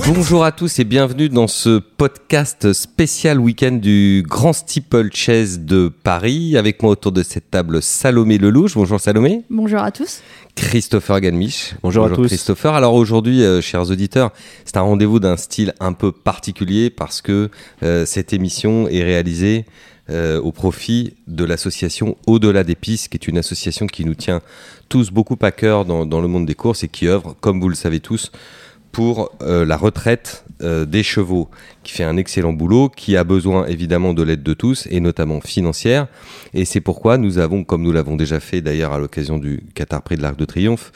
Bonjour à tous et bienvenue dans ce podcast spécial week-end du Grand Steeplechase de Paris. Avec moi autour de cette table, Salomé Lelouch. Bonjour Salomé. Bonjour à tous. Christopher Galmiche. Bonjour à tous. Christopher. Alors aujourd'hui, chers auditeurs, c'est un rendez-vous d'un style un peu particulier parce que cette émission est réalisée au profit de l'association Au-delà des pistes, qui est une association qui nous tient tous beaucoup à cœur dans le monde des courses et qui œuvre, comme vous le savez tous, pour la retraite des chevaux, qui fait un excellent boulot, qui a besoin évidemment de l'aide de tous et notamment financière. Et c'est pourquoi nous avons, comme nous l'avons déjà fait d'ailleurs à l'occasion du Qatar Prix de l'Arc de Triomphe,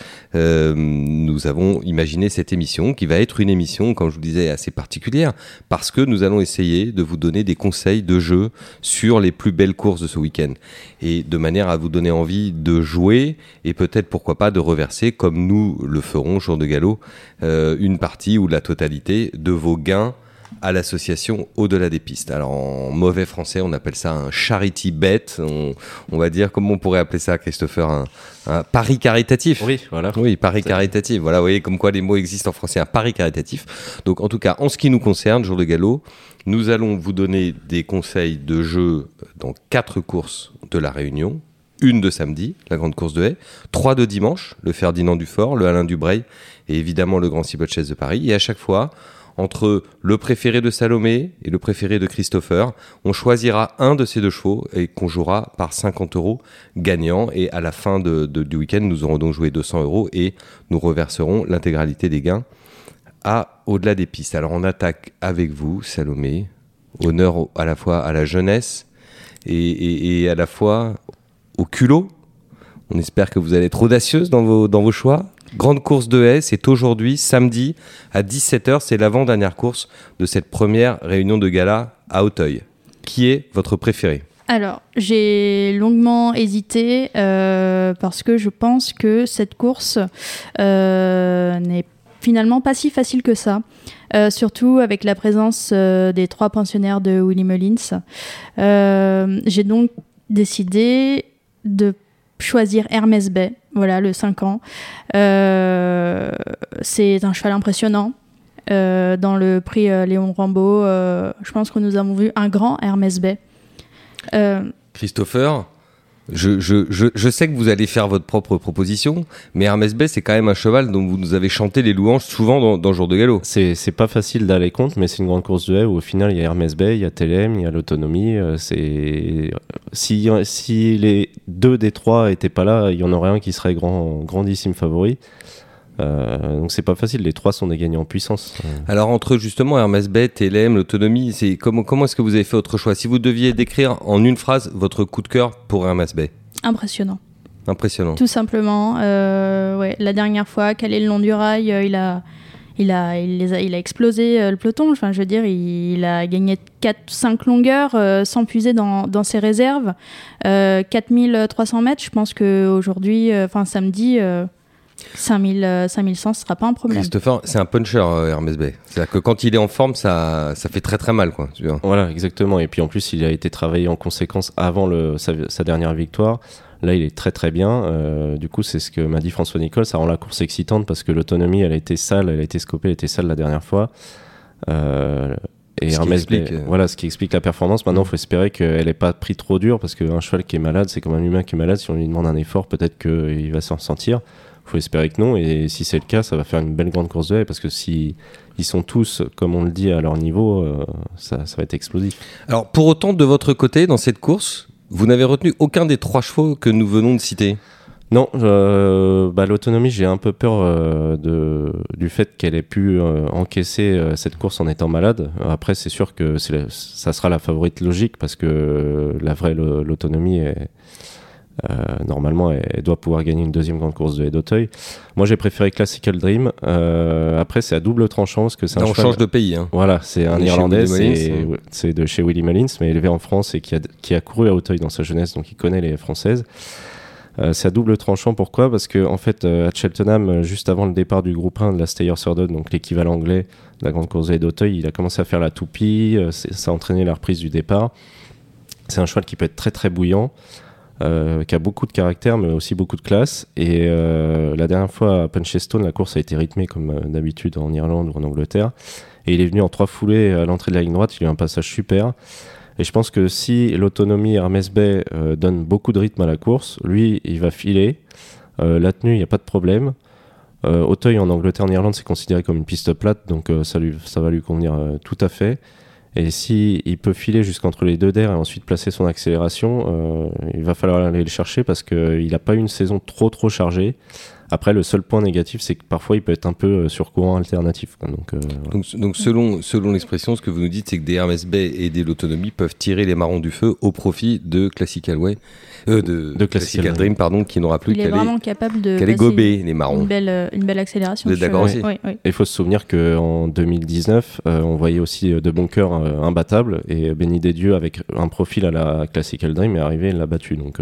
nous avons imaginé cette émission qui va être une émission, comme je vous disais, assez particulière parce que nous allons essayer de vous donner des conseils de jeu sur les plus belles courses de ce week-end et de manière à vous donner envie de jouer et peut-être pourquoi pas de reverser, comme nous le ferons jour de galop, une partie ou la totalité de vos gains à l'association Au-delà des pistes. Alors en mauvais français, on appelle ça un charity bet. On va dire, comment on pourrait appeler ça, Christopher, un pari caritatif. Oui, voilà. Oui, pari caritatif. Voilà, vous voyez comme quoi les mots existent en français, un pari caritatif. Donc en tout cas, en ce qui nous concerne, jour de galop, nous allons vous donner des conseils de jeu dans 4 courses de la Réunion. Une de samedi, la grande course de haie, 3 de dimanche, le Ferdinand Dufort, le Alain Dubreuil et évidemment le Grand Steeplechase de Paris. Et à chaque fois, entre le préféré de Salomé et le préféré de Christopher, on choisira un de ces deux chevaux et qu'on jouera par 50 € gagnant. Et à la fin du week-end, nous aurons donc joué 200 € et nous reverserons l'intégralité des gains à Au-delà des pistes. Alors on attaque avec vous, Salomé. Honneur à la fois à la jeunesse et à la fois au culot. On espère que vous allez être audacieuse dans vos choix. Grande course de haie, c'est aujourd'hui, samedi, à 17h. C'est l'avant-dernière course de cette première réunion de gala à Auteuil. Qui est votre préféré ? Alors, j'ai longuement hésité parce que je pense que cette course n'est finalement pas si facile que ça. Surtout avec la présence des 3 pensionnaires de Willie Mullins. J'ai donc décidé de choisir Hermès Bay, voilà, le 5 ans. C'est un cheval impressionnant. Dans le prix Léon Rambaud, je pense que nous avons vu un grand Hermès Bay. Christopher, je sais que vous allez faire votre propre proposition, mais Hermès Bay, c'est quand même un cheval dont vous nous avez chanté les louanges souvent dans Jour de Galop. C'est pas facile d'aller contre, mais c'est une grande course de haie où au final il y a Hermès Bay, il y a Telem, il y a l'autonomie. Si les 2 des 3 étaient pas là, il y en aurait un qui serait grandissime favori. Donc c'est pas facile, les 3 sont des gagnants en puissance. Alors entre justement Hermès Bay, Telem, l'autonomie, comment est-ce que vous avez fait votre choix ? Si vous deviez décrire en une phrase votre coup de cœur pour Hermès Bay. Impressionnant. Tout simplement. Ouais, la dernière fois, calé le long du rail, il a explosé le peloton. Enfin, je veux dire, il a gagné 4-5 longueurs sans puiser dans ses réserves. 4300 mètres, je pense qu'aujourd'hui, samedi... 5100, ce sera pas un problème. Christopher, c'est un puncher, Hermès Bay. C'est-à-dire que quand il est en forme, ça fait très très mal, quoi. Tu vois. Voilà, exactement. Et puis en plus, il a été travaillé en conséquence avant sa dernière victoire. Là, il est très très bien. Du coup, c'est ce que m'a dit François Nicole. Ça rend la course excitante parce que l'autonomie, elle a été sale, elle a été scopée, elle était sale la dernière fois. Et Hermès Bay, voilà ce qui explique la performance. Maintenant, il faut espérer qu'elle n'ait pas pris trop dur parce qu'un cheval qui est malade, c'est comme un humain qui est malade. Si on lui demande un effort, peut-être qu'il va s'en ressentir. Il faut espérer que non, et si c'est le cas, ça va faire une belle grande course de haie parce que si ils sont tous, comme on le dit, à leur niveau, ça va être explosif. Alors, pour autant, de votre côté, dans cette course, vous n'avez retenu aucun des 3 chevaux que nous venons de citer ? Non, l'autonomie, j'ai un peu peur du fait qu'elle ait pu encaisser cette course en étant malade. Après, c'est sûr que ça sera la favorite logique parce que l'autonomie est... normalement, elle doit pouvoir gagner une deuxième grande course de haie d'Auteuil. Moi, j'ai préféré Classical Dream. Après, c'est à double tranchant parce que c'est on change de pays. Hein. Voilà, c'est un Irlandais, c'est de chez Willie Mullins, mais élevé en France et qui a couru à Auteuil dans sa jeunesse, donc il connaît les Françaises. C'est à double tranchant. Pourquoi ? Parce que en fait, à Cheltenham, juste avant le départ du groupe 1 de la Steyr Surdon, donc l'équivalent anglais de la grande course de haie d'Auteuil, il a commencé à faire la toupie. Ça a entraîné la reprise du départ. C'est un cheval qui peut être très très bouillant. qui a beaucoup de caractère, mais aussi beaucoup de classe. Et la dernière fois à Punchestone, la course a été rythmée comme d'habitude en Irlande ou en Angleterre. Et il est venu en 3 foulées à l'entrée de la ligne droite. Il a eu un passage super. Et je pense que si l'autonomie Hermes Bay donne beaucoup de rythme à la course, lui, il va filer. La tenue, il n'y a pas de problème. Auteuil en Angleterre, en Irlande, c'est considéré comme une piste plate, donc ça va lui convenir tout à fait. Et si il peut filer jusqu'entre les 2 d'air et ensuite placer son accélération, il va falloir aller le chercher parce qu'il n'a pas eu une saison trop chargée. Après, le seul point négatif, c'est que parfois, il peut être un peu sur courant alternatif. Donc selon l'expression, ce que vous nous dites, c'est que des Hermes Bay et des l'autonomie peuvent tirer les marrons du feu au profit de Classical Way, de Classical Dream, pardon, qui n'aura plus qu'à aller gober les marrons. Une belle accélération. Vous êtes d'accord aussi ? Oui. Et il faut se souvenir qu'en 2019, on voyait aussi de Bonker imbattable, et Béni des Dieux, avec un profil à la Classical Dream, est arrivé et l'a battu. Donc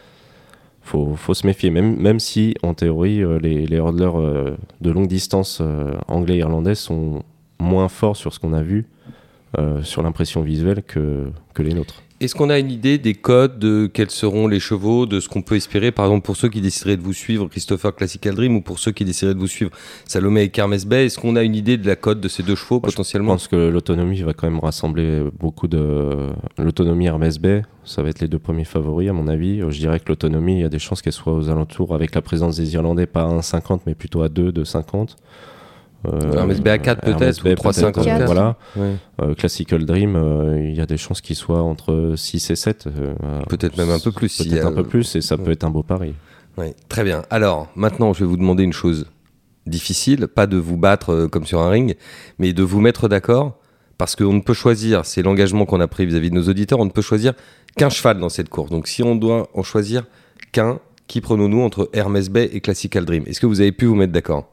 faut se méfier, même si en théorie les hurdlers de longue distance anglais et irlandais sont moins forts sur ce qu'on a vu sur l'impression visuelle que les nôtres. Est-ce qu'on a une idée des codes, de quels seront les chevaux, de ce qu'on peut espérer, par exemple pour ceux qui décideraient de vous suivre Christopher Classical Dream, ou pour ceux qui décideraient de vous suivre Salomé et Hermes Bay? Est-ce qu'on a une idée de la cote de ces 2 chevaux potentiellement? Je pense que l'autonomie va quand même rassembler beaucoup de... L'autonomie Hermes Bay, ça va être les 2 premiers favoris à mon avis. Je dirais que l'autonomie, il y a des chances qu'elle soit aux alentours, avec la présence des Irlandais, pas à 1,50 mais plutôt à 2,50. Hermes Bay à 4 peut-être, ou 3,54. Voilà. Ouais. Classical Dream, il y a des chances qu'il soit entre 6 et 7. Peut-être même un peu plus. Peut-être un peu plus, et ça peut être un beau pari. Ouais. Très bien. Alors, maintenant, je vais vous demander une chose difficile, pas de vous battre comme sur un ring, mais de vous mettre d'accord, parce qu'on ne peut choisir, c'est l'engagement qu'on a pris vis-à-vis de nos auditeurs, on ne peut choisir qu'un cheval dans cette course. Donc, si on doit en choisir qu'un, qui prenons-nous entre Hermes Bay et Classical Dream? Est-ce que vous avez pu vous mettre d'accord?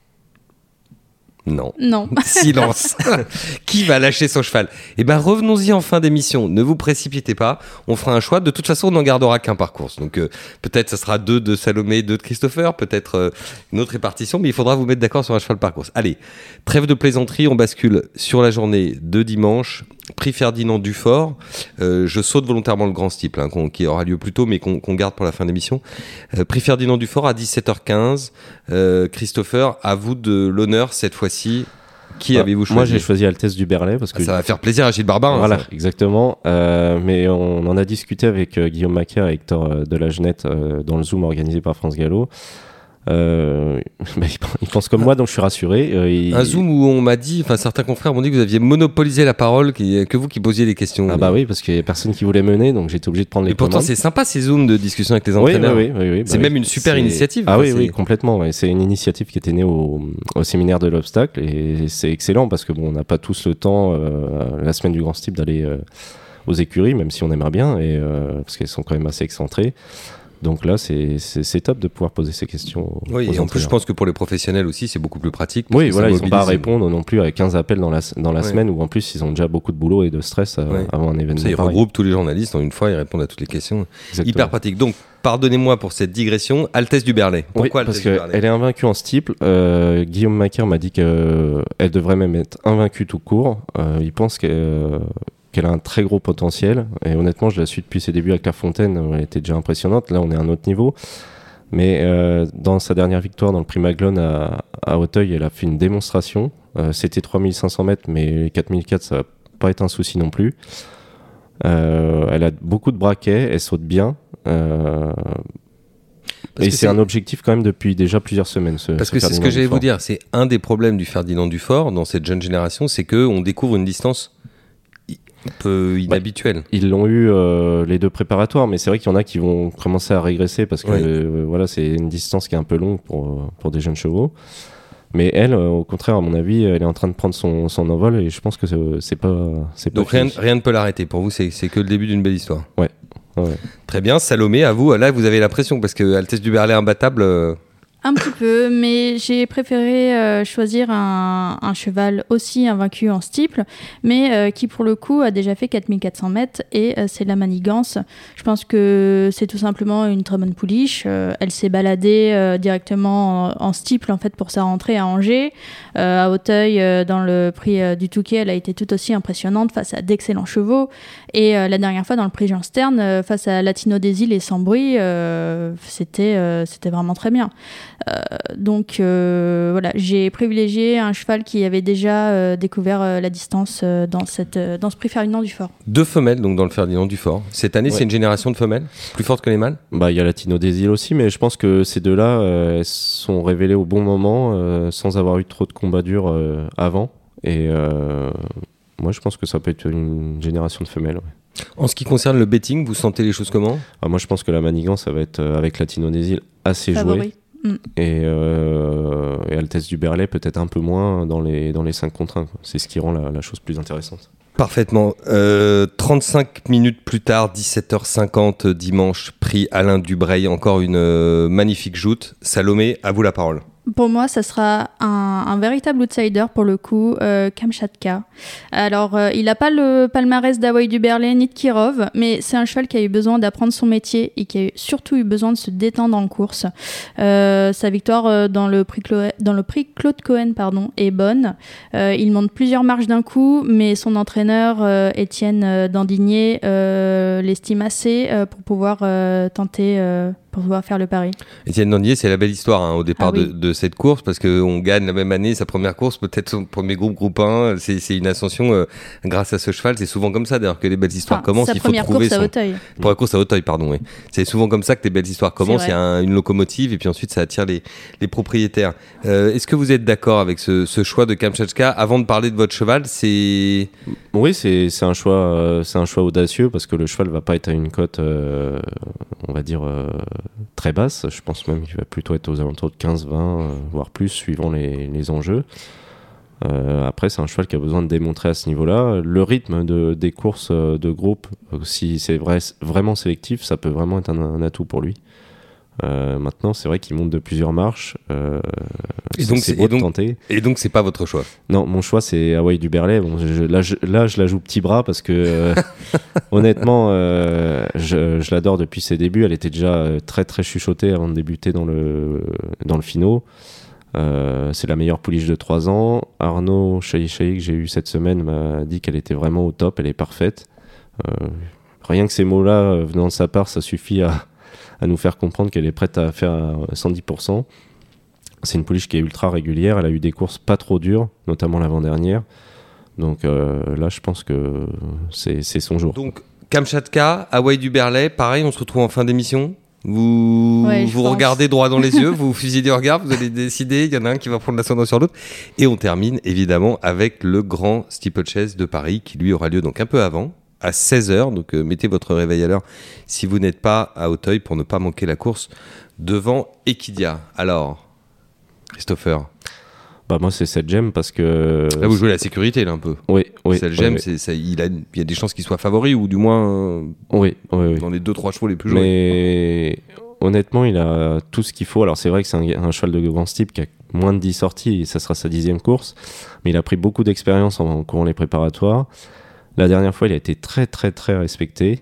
Non. Silence. Qui va lâcher son cheval? Eh bien, revenons-y en fin d'émission. Ne vous précipitez pas. On fera un choix. De toute façon, on n'en gardera qu'un par course. Donc, peut-être ça sera 2 de Salomé, 2 de Christopher. Peut-être une autre répartition. Mais il faudra vous mettre d'accord sur un cheval par course. Allez, trêve de plaisanterie. On bascule sur la journée de dimanche. Prix Ferdinand Dufort. Je saute volontairement le grand steeple, qui aura lieu plus tôt, mais qu'on garde pour la fin d'émission. Prix Ferdinand Dufort à 17h15. Christopher, à vous de l'honneur cette fois-ci. Qui avez-vous choisi? Moi, j'ai choisi Altesse du Berlay parce que ça va faire plaisir à Gilles Barbarin. Voilà, exactement. Mais on en a discuté avec Guillaume Macaire et Hector Delagenette dans le Zoom organisé par France Gallo. Il pense comme moi, donc je suis rassuré. Un Zoom où on m'a dit, certains confrères m'ont dit que vous aviez monopolisé la parole, que vous qui posiez les questions. Ah bah oui, parce qu'il n'y a personne qui voulait mener, donc j'étais obligé de prendre les commandes. Et pourtant, c'est sympa ces Zooms de discussion avec les entraîneurs. Oui, c'est même une super initiative. Ah oui, complètement. Ouais. C'est une initiative qui était née au séminaire de l'obstacle, et c'est excellent parce que on n'a pas tous le temps la semaine du Grand Steeple d'aller aux écuries, même si on aimerait bien, parce qu'elles sont quand même assez excentrées. Donc là, c'est top de pouvoir poser ces questions. Oui, et en plus, je pense que pour les professionnels aussi, c'est beaucoup plus pratique. Oui, voilà, ils n'ont pas à répondre non plus avec 15 appels dans la semaine, où en plus, ils ont déjà beaucoup de boulot et de stress avant un événement. Ça, ils regroupent tous les journalistes en une fois, ils répondent à toutes les questions. Exactement. Hyper pratique. Donc, pardonnez-moi pour cette digression. Altesse du Berlay. Pourquoi Altesse du Berlay ? Parce qu'elle est invaincue en steeple. Guillaume Macaire m'a dit qu'elle devrait même être invaincue tout court. Il pense qu'elle a un très gros potentiel, et honnêtement je la suis depuis ses débuts à Clairefontaine, elle était déjà impressionnante. Là on est à un autre niveau, mais dans sa dernière victoire dans le Prix Maglone à Auteuil, elle a fait une démonstration. C'était 3500 mètres, mais 4004 ça va pas être un souci non plus. Elle a beaucoup de braquets, elle saute bien, et c'est un objectif quand même depuis déjà plusieurs semaines. Parce que c'est ce que j'allais vous dire, c'est un des problèmes du Ferdinand Dufort dans cette jeune génération, c'est qu'on découvre une distance un peu inhabituel. Ils l'ont eu les 2 préparatoires, mais c'est vrai qu'il y en a qui vont commencer à régresser parce que voilà, c'est une distance qui est un peu longue pour des jeunes chevaux. Mais elle, au contraire, à mon avis, elle est en train de prendre son envol, et je pense que c'est pas. Donc rien ne peut l'arrêter. Pour vous, c'est que le début d'une belle histoire. Ouais. Très bien, Salomé, à vous. Là, vous avez la pression parce que Altesse du Berlay imbattable. Un petit peu, mais j'ai préféré choisir un cheval aussi invaincu en steeple, mais qui pour le coup a déjà fait 4400 mètres et c'est la Manigance. Je pense que c'est tout simplement une très bonne pouliche. Elle s'est baladée directement en steeple en fait pour sa rentrée à Angers. À Auteuil, dans le prix du Touquet, elle a été tout aussi impressionnante face à d'excellents chevaux. Et la dernière fois dans le prix Jean Stern, face à Latino des Îles et Sans Bruit, c'était vraiment très bien. Donc voilà, j'ai privilégié un cheval qui avait déjà découvert la distance dans ce prix Ferdinand Dufort. 2 femelles donc dans le Ferdinand Dufort. Cette année, c'est une génération de femelles plus forte que les mâles. Il y a Latino des Îles aussi, mais je pense que ces deux-là elles sont révélées au bon moment sans avoir eu trop de combats durs avant. Et moi, je pense que ça peut être une génération de femelles. Ouais. En ce qui concerne le betting, vous sentez les choses comment ? Moi, je pense que la Manigance, ça va être avec Latino des Îles assez joué. Et Altesse du Berlay peut-être un peu moins dans les 5 contre 1. Quoi. C'est ce qui rend la chose plus intéressante. Parfaitement. 35 minutes plus tard, 17h50 dimanche, prix Alain Dubreuil, encore une magnifique joute. Salomé, à vous la parole. Pour moi, ça sera un véritable outsider pour le coup, Kamchatka. Alors, il n'a pas le palmarès d'Hawaï du Berlay ni de Kirov, mais c'est un cheval qui a eu besoin d'apprendre son métier et qui a surtout eu besoin de se détendre en course. Sa victoire dans le prix Claude Cohen est bonne. Il monte plusieurs marches d'un coup, mais son entraîneur, Étienne Dandigné, l'estime assez pour pouvoir tenter... pour pouvoir faire le pari. Étienne Dandier, c'est la belle histoire au départ de cette course, parce qu'on gagne la même année sa première course, peut-être son premier groupe 1, c'est une ascension grâce à ce cheval. C'est souvent comme ça d'ailleurs que les belles histoires commencent. Sa première course à Auteuil. Première course à Auteuil, pardon. Oui. C'est souvent comme ça que les belles histoires commencent. Il y a une locomotive et puis ensuite ça attire les propriétaires. Est-ce que vous êtes d'accord avec ce choix de Kamchatka ? Avant de parler de votre cheval, c'est... Oui, c'est un choix audacieux parce que le cheval va pas être à une cote, on va dire... très basse, je pense même qu'il va plutôt être aux alentours de 15-20, voire plus, suivant les enjeux. Après, c'est un cheval qui a besoin de démontrer à ce niveau-là. Le rythme des courses de groupe, si c'est vraiment sélectif, ça peut vraiment être un atout pour lui. Maintenant, c'est vrai qu'il monte de plusieurs marches. C'est beau de tenter. Et donc, c'est pas votre choix ? Non, mon choix, c'est Hawaï du Berlay. Bon, là, je la joue petit bras parce que, honnêtement, je l'adore depuis ses débuts. Elle était déjà très, très chuchotée avant de débuter dans le finaux. C'est la meilleure pouliche de 3 ans. Arnaud Chahi que j'ai eu cette semaine m'a dit qu'elle était vraiment au top. Elle est parfaite. Rien que ces mots-là venant de sa part, ça suffit à nous faire comprendre qu'elle est prête à faire 110%. C'est une pouliche qui est ultra régulière. Elle a eu des courses pas trop dures, notamment l'avant-dernière. Donc là, je pense que c'est son jour. Donc, Kamchatka, Hawaï du Berlay, pareil, on se retrouve en fin d'émission. Vous regardez droit dans les yeux, vous fusillez du regard, vous allez décider, il y en a un qui va prendre l'ascendant sur l'autre. Et on termine évidemment avec le grand steeplechase de Paris qui lui aura lieu donc un peu avant, à 16h. Donc mettez votre réveil à l'heure si vous n'êtes pas à Auteuil pour ne pas manquer la course devant Equidia. Alors, Christopher. Moi, c'est cette gemme parce que... Là, vous jouez la sécurité, là, un peu. Oui. Cette gemme, il y a des chances qu'il soit favori, ou du moins dans les 2-3 chevaux les plus joués. Mais honnêtement, il a tout ce qu'il faut. Alors, c'est vrai que c'est un cheval de grand type qui a moins de 10 sorties, et ça sera sa 10e course. Mais il a pris beaucoup d'expérience en courant les préparatoires. La dernière fois, il a été très, très, très respecté.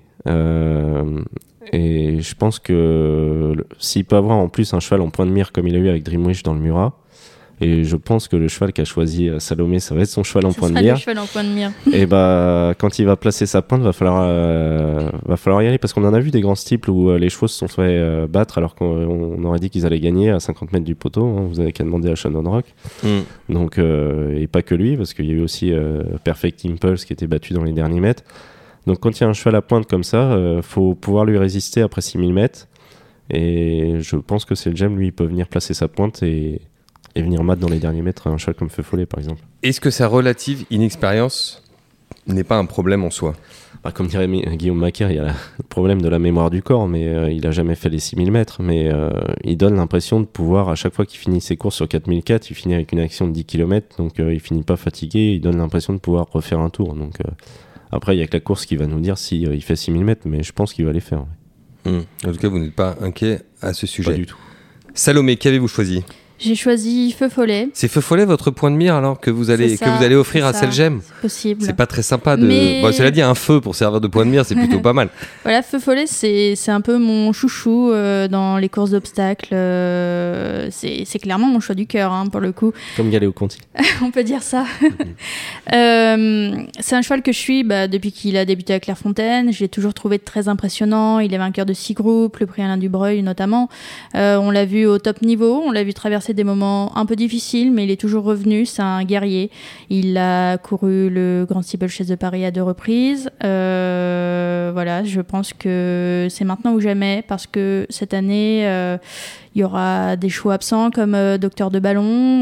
Et je pense que s'il peut avoir en plus un cheval en point de mire comme il a eu avec Dreamwish dans le Murat, et je pense que le cheval qu'a choisi Salomé, ça va être son cheval en point de mire. Et quand il va placer sa pointe, va falloir y aller parce qu'on en a vu des grands steeples où les chevaux se sont fait battre alors qu'on aurait dit qu'ils allaient gagner à 50 mètres du poteau. Hein. Vous avez qu'à demander à Shannon Rock. Donc, et pas que lui, parce qu'il y a eu aussi Perfect Impulse qui était battu dans les derniers mètres. Donc quand il y a un cheval à pointe comme ça, faut pouvoir lui résister après 6000 mètres. Et je pense que c'est le gemme, lui, il peut venir placer sa pointe et venir mat dans les derniers mètres un cheval comme Feu Follet, par exemple. Est-ce que sa relative inexpérience n'est pas un problème en soi ? Comme dirait Guillaume Macaire, il y a le problème de la mémoire du corps, mais il n'a jamais fait les 6000 mètres. Mais il donne l'impression de pouvoir, à chaque fois qu'il finit ses courses sur 4004, il finit avec une action de 10 km, donc il finit pas fatigué, il donne l'impression de pouvoir refaire un tour. Donc, après, il y a que la course qui va nous dire s'il fait 6000 mètres, mais je pense qu'il va les faire. En tout cas, vous n'êtes pas inquiet à ce sujet. Pas du tout. Salomé, qu'avez-vous choisi ? J'ai choisi Feu Follet. C'est Feu Follet votre point de mire alors que vous allez offrir à Celgem ? C'est possible. C'est pas très sympa de. Mais... Bon, cela dit, un feu pour servir de point de mire, c'est plutôt pas mal. Voilà, Feu Follet, c'est un peu mon chouchou dans les courses d'obstacles. C'est clairement mon choix du cœur, pour le coup. Comme Galéo Conti. On peut dire ça. C'est un cheval que je suis depuis qu'il a débuté à Clairefontaine. Je l'ai toujours trouvé très impressionnant. Il est vainqueur de 6 groupes, le prix Alain Dubreuil notamment. On l'a vu au top niveau, on l'a vu traverser des moments un peu difficiles, mais il est toujours revenu. C'est un guerrier. Il a couru le Grand Steeplechase de Paris à 2 reprises. Voilà, je pense que c'est maintenant ou jamais, parce que cette année, il y aura des chevaux absents comme Docteur de Ballon.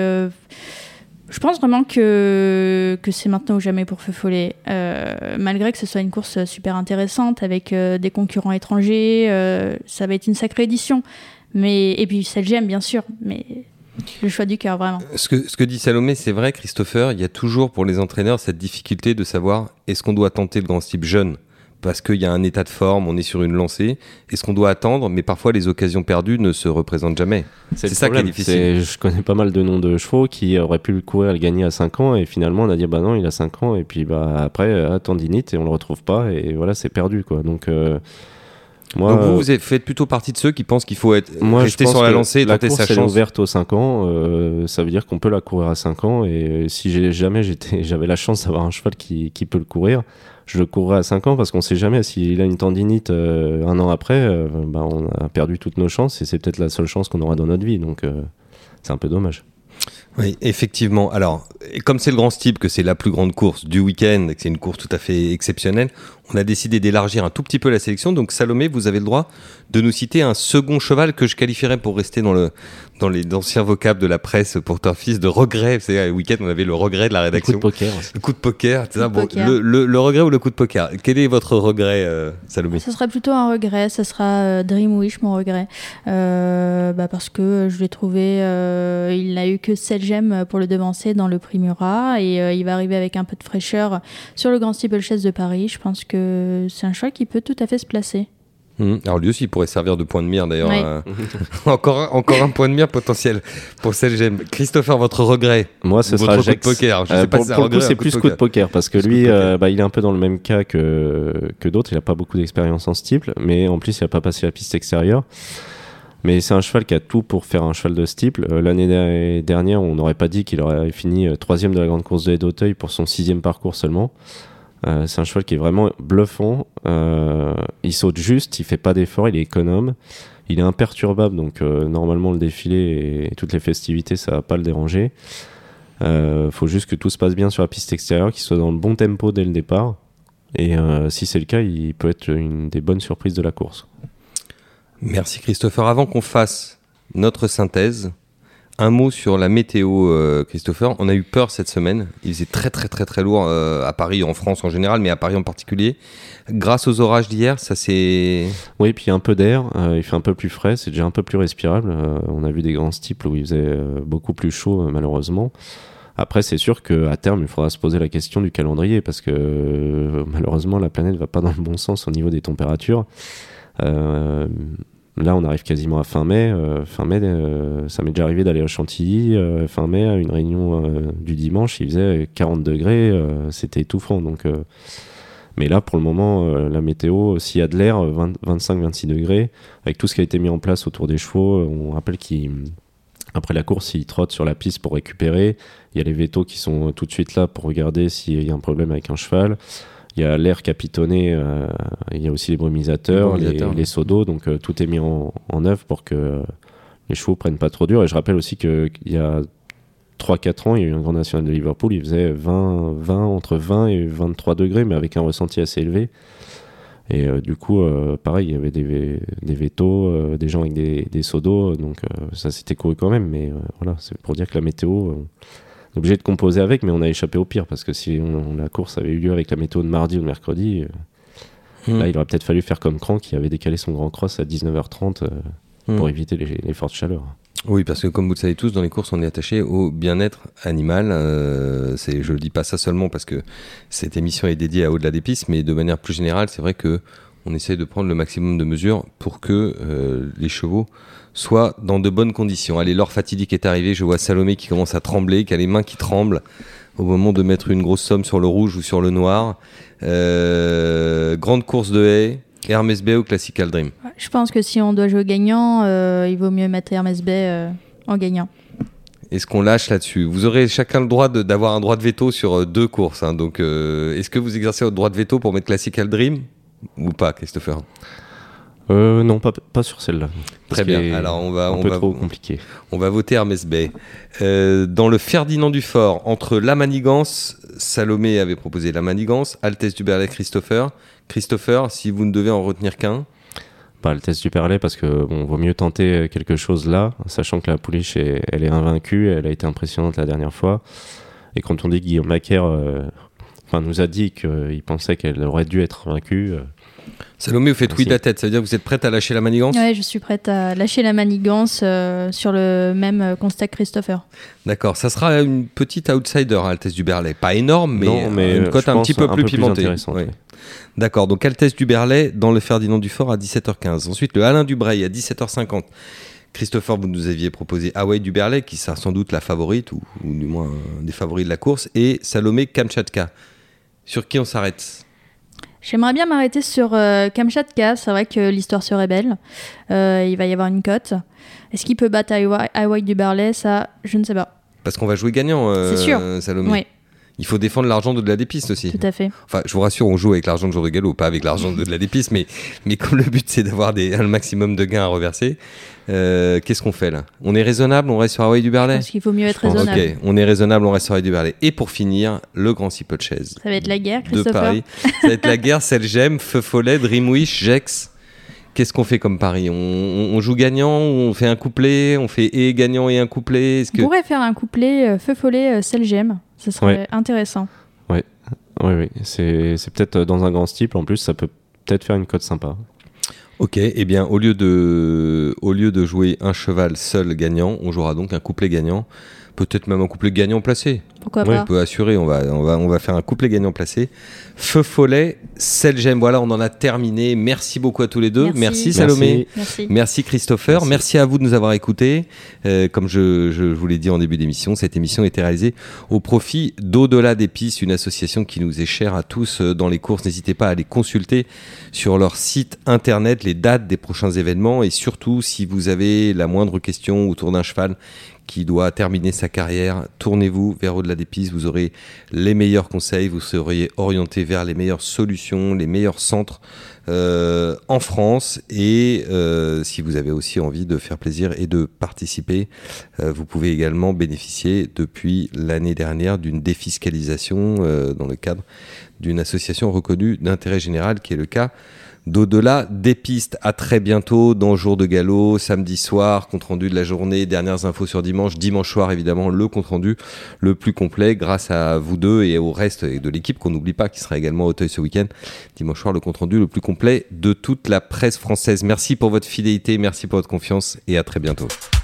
Je pense vraiment que c'est maintenant ou jamais pour Feu Follet. Malgré que ce soit une course super intéressante avec des concurrents étrangers, ça va être une sacrée édition. Et puis Celgem, bien sûr, mais le choix du cœur, vraiment. Ce que dit Salomé, c'est vrai, Christopher, il y a toujours pour les entraîneurs cette difficulté de savoir est-ce qu'on doit tenter le Grand Steeple jeune parce qu'il y a un état de forme, on est sur une lancée, est-ce qu'on doit attendre, mais parfois les occasions perdues ne se représentent jamais. C'est ça qui est difficile. Je connais pas mal de noms de chevaux qui auraient pu le courir et le gagner à 5 ans, et finalement on a dit non, il a 5 ans, et puis après, tendinite, et on le retrouve pas, et voilà, c'est perdu, quoi. Donc vous faites plutôt partie de ceux qui pensent qu'il faut rester sur la lancée et tenter sa chance. La course est ouverte aux 5 ans, ça veut dire qu'on peut la courir à 5 ans, et si j'avais la chance d'avoir un cheval qui peut le courir, je le courrais à 5 ans, parce qu'on sait jamais s'il a une tendinite un an après, on a perdu toutes nos chances, et c'est peut-être la seule chance qu'on aura dans notre vie, donc c'est un peu dommage. Oui, effectivement. Alors, comme c'est le Grand Steeple, que c'est la plus grande course du week-end, et que c'est une course tout à fait exceptionnelle, on a décidé d'élargir un tout petit peu la sélection. Donc, Salomé, vous avez le droit de nous citer un second cheval que je qualifierais, pour rester dans les anciens vocables de la presse pour Turfis, de regret. C'est le week-end, on avait le regret de la rédaction. Le coup de poker. Le coup de poker. Le regret ou le coup de poker ? Quel est votre regret, Salomé ? Ce serait plutôt un regret. Ce sera Dream Wish, mon regret. Parce que je l'ai trouvé... il n'a eu que Celgem pour le devancer dans le prix Murat, et il va arriver avec un peu de fraîcheur sur le Grand Steeplechase de Paris. Je pense que c'est un choix qui peut tout à fait se placer. Alors lui aussi il pourrait servir de point de mire d'ailleurs. Oui. Encore un point de mire potentiel pour Celgem. Christopher, votre regret ? Moi ce sera Jax. Coup de poker. Je sais pas si pour le coup c'est plus coup de poker, parce que lui il est un peu dans le même cas que d'autres. Il n'a pas beaucoup d'expérience en steeple, mais en plus il n'a pas passé la piste extérieure. Mais c'est un cheval qui a tout pour faire un cheval de steeple. L'année dernière, on n'aurait pas dit qu'il aurait fini 3e de la grande course de Haie d'Auteuil pour son 6e parcours seulement. C'est un cheval qui est vraiment bluffant. Il saute juste, il fait pas d'effort, il est économe. Il est imperturbable, donc normalement le défilé et toutes les festivités, ça va pas le déranger. Faut juste que tout se passe bien sur la piste extérieure, qu'il soit dans le bon tempo dès le départ. Et si c'est le cas, il peut être une des bonnes surprises de la course. Merci Christopher. Avant qu'on fasse notre synthèse, un mot sur la météo, Christopher. On a eu peur cette semaine. Il faisait très très très très lourd à Paris, en France en général, mais à Paris en particulier. Grâce aux orages d'hier, ça c'est... Oui, puis un peu d'air. Il fait un peu plus frais, c'est déjà un peu plus respirable. On a vu des grands steeples où il faisait beaucoup plus chaud, malheureusement. Après, c'est sûr qu'à terme, il faudra se poser la question du calendrier, parce que malheureusement, la planète va pas dans le bon sens au niveau des températures. Là, on arrive quasiment à fin mai. Ça m'est déjà arrivé d'aller à Chantilly fin mai à une réunion du dimanche. Il faisait 40 degrés, c'était étouffant. Donc, mais là, pour le moment, la météo, s'il y a de l'air, 25-26 degrés, avec tout ce qui a été mis en place autour des chevaux, on rappelle qu'après la course, ils trottent sur la piste pour récupérer. Il y a les vétos qui sont tout de suite là pour regarder s'il y a un problème avec un cheval. Il y a l'air capitonné, il y a aussi les brumisateurs, les seaux d'eau, donc tout est mis en œuvre pour que les chevaux prennent pas trop dur. Et je rappelle aussi qu'il y a 3-4 ans, il y a eu un Grand National de Liverpool, il faisait entre 20 et 23 degrés, mais avec un ressenti assez élevé. Et du coup, pareil, il y avait des vétos, des gens avec des seaux d'eau, donc ça s'était couru quand même. Mais voilà, c'est pour dire que la météo... on est obligé de composer avec, mais on a échappé au pire, parce que si la course avait eu lieu avec la météo de mardi ou de mercredi, là il aurait peut-être fallu faire comme Cran qui avait décalé son grand cross à 19h30 pour éviter les fortes chaleurs. Oui, parce que comme vous le savez tous, dans les courses on est attaché au bien-être animal. Je ne dis pas ça seulement parce que cette émission est dédiée à Au-delà des pistes, mais de manière plus générale, c'est vrai que on essaye de prendre le maximum de mesures pour que les chevaux soient dans de bonnes conditions. Allez, l'heure fatidique est arrivée, je vois Salomé qui commence à trembler, qui a les mains qui tremblent au moment de mettre une grosse somme sur le rouge ou sur le noir. Grande course de haie, Hermès Bay ou Classical Dream? Je pense que si on doit jouer gagnant, il vaut mieux mettre Hermès Bay en gagnant. Est-ce qu'on lâche là-dessus? Vous aurez chacun le droit d'avoir un droit de veto sur 2 courses. Hein. Donc, est-ce que vous exercez votre droit de veto pour mettre Classical Dream ou pas, Christopher? Non, pas sur celle-là. Très bien. Alors on va trop compliqué. On va voter Hermès Bay. Dans le Ferdinand du Fort, entre la Manigance, Salomé avait proposé la Manigance, Altesse du Berlay, Christopher. Christopher, si vous ne devez en retenir qu'un. Altesse du Berlay, parce que vaut mieux tenter quelque chose là, sachant que la pouliche elle est invaincue, elle a été impressionnante la dernière fois. Et quand on dit que Guillaume Macaire nous a dit qu'il pensait qu'elle aurait dû être vaincue. Salomé, vous faites oui de la tête, ça veut dire que vous êtes prête à lâcher la Manigance? Oui, je suis prête à lâcher la Manigance sur le même constat que Christopher. D'accord, ça sera une petite outsider à Altesse du Berlay. Pas énorme, mais une cote un petit peu plus pimentée. Oui. D'accord, donc Altesse du Berlay dans le Ferdinand du Fort à 17h15. Ensuite, le Alain Dubreuil à 17h50. Christopher, vous nous aviez proposé Hawaii du Berlay, qui sera sans doute la favorite, ou du moins un des favoris de la course, et Salomé Kamchatka. Sur qui on s'arrête? J'aimerais bien m'arrêter sur Kamchatka. C'est vrai que l'histoire serait belle. Il va y avoir une cote. Est-ce qu'il peut battre Hawaii du Berlay? Ça, je ne sais pas. Parce qu'on va jouer gagnant, c'est sûr. Salomé. Oui. Il faut défendre l'argent d'au-delà des pistes aussi. Tout à fait. Enfin, je vous rassure, on joue avec l'argent de jour de galop, pas avec l'argent d'au-delà des pistes, mais comme le but c'est d'avoir un maximum de gains à reverser, qu'est-ce qu'on fait là? On est raisonnable, on reste sur Hawaii du Berlay? Parce qu'il faut mieux être raisonnable. Ok, on est raisonnable, on reste sur Hawaii du Berlay. Et pour finir, le grand Steeple Chase. Ça va être la guerre, De Christopher. Paris. Ça va être la guerre, Selgem, Feu Follet, Dreamwish, Gex. Qu'est-ce qu'on fait comme pari? On joue gagnant, on fait un couplet, on fait et gagnant et un couplet? On pourrait faire un couplet Feu Follet, Selgem. Ça serait intéressant. Oui. C'est peut-être dans un grand style. En plus, ça peut peut-être faire une cote sympa. Ok, eh bien, au lieu de jouer un cheval seul gagnant, on jouera donc un couplet gagnant. Peut-être même un couplet gagnant placé. Pourquoi pas? On peut assurer, on va faire un couplet gagnant placé. Feu Follet, Selgem. Voilà, on en a terminé. Merci beaucoup à tous les deux. Merci Salomé. Merci Christopher. Merci à vous de nous avoir écoutés. Comme je vous l'ai dit en début d'émission, cette émission a été réalisée au profit d'Au-delà des pistes, une association qui nous est chère à tous dans les courses. N'hésitez pas à aller consulter sur leur site internet les dates des prochains événements, et surtout si vous avez la moindre question autour d'un cheval qui doit terminer sa carrière, tournez-vous vers Au-delà des pistes, vous aurez les meilleurs conseils, vous serez orienté vers les meilleures solutions, les meilleurs centres en France, et si vous avez aussi envie de faire plaisir et de participer, vous pouvez également bénéficier depuis l'année dernière d'une défiscalisation dans le cadre d'une association reconnue d'intérêt général qui est le cas d'Au-delà des pistes. À très bientôt dans Jour de Galop, samedi soir, compte rendu de la journée, dernières infos sur dimanche soir évidemment, le compte rendu le plus complet grâce à vous deux et au reste de l'équipe qu'on n'oublie pas qui sera également au Auteuil ce week-end. Dimanche soir, le compte rendu le plus complet de toute la presse française. Merci pour votre fidélité, merci pour votre confiance et à très bientôt.